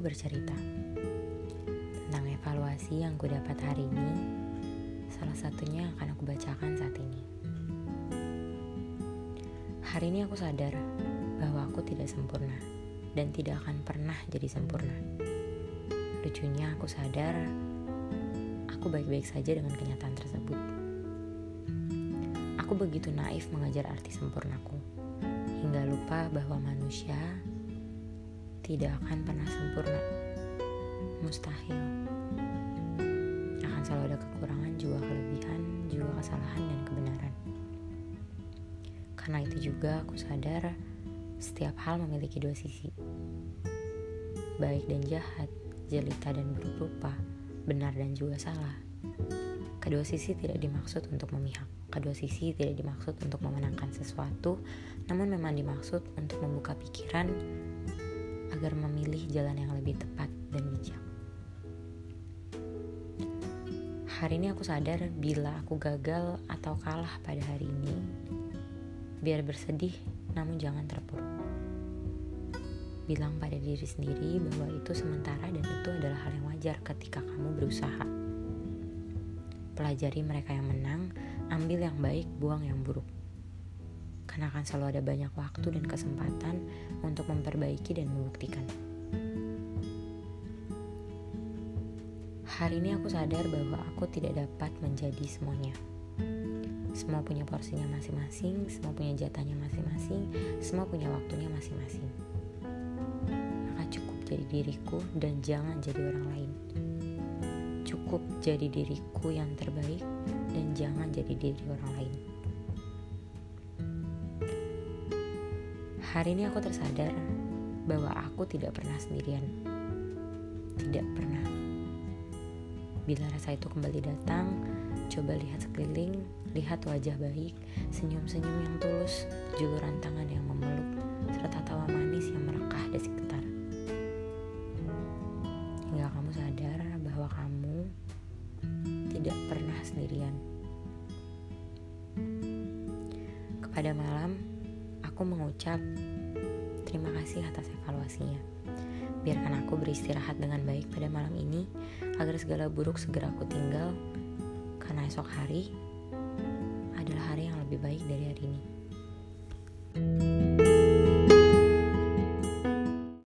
bercerita tentang evaluasi yang kudapat hari ini. Salah satunya akan aku bacakan saat ini. Hari ini aku sadar bahwa aku tidak sempurna dan tidak akan pernah jadi sempurna. Lucunya aku sadar aku baik-baik saja dengan kenyataan tersebut. Aku begitu naif mengajar arti sempurnaku, hingga lupa bahwa manusia tidak akan pernah sempurna. Mustahil. Akan selalu ada kekurangan, juga kelebihan, juga kesalahan dan kebenaran. Karena itu juga aku sadar setiap hal memiliki dua sisi. Baik dan jahat, jelita dan buruk rupa, benar dan juga salah. Kedua sisi tidak dimaksud untuk memihak. Kedua sisi tidak dimaksud untuk memenangkan sesuatu, namun memang dimaksud untuk membuka pikiran agar memilih jalan yang lebih tepat dan bijak. Hari ini aku sadar bila aku gagal atau kalah pada hari ini, biar bersedih namun jangan terpuruk. Bilang pada diri sendiri bahwa itu sementara dan itu adalah hal yang wajar ketika kamu berusaha. Pelajari mereka yang menang, ambil yang baik, buang yang buruk. Karena akan selalu ada banyak waktu dan kesempatan untuk memperbaiki dan membuktikan. Hari ini aku sadar bahwa aku tidak dapat menjadi semuanya. Semua punya porsinya masing-masing, semua punya jatahnya masing-masing, semua punya waktunya masing-masing. Maka cukup jadi diriku dan jangan jadi orang lain. Cukup jadi diriku yang terbaik dan jangan jadi diri orang lain. Hari ini aku tersadar bahwa aku tidak pernah sendirian. Tidak pernah. Bila rasa itu kembali datang, coba lihat sekeliling, lihat wajah baik, senyum-senyum yang tulus, juluran tangan yang memeluk, serta tawa manis yang merekah di sekitar. Hingga kamu sadar bahwa kamu tidak pernah sendirian. Kepada malam, aku mengucap terima kasih atas evaluasinya. Biarkan aku beristirahat dengan baik pada malam ini, agar segala buruk segera aku tinggal, karena esok hari adalah hari yang lebih baik dari hari ini.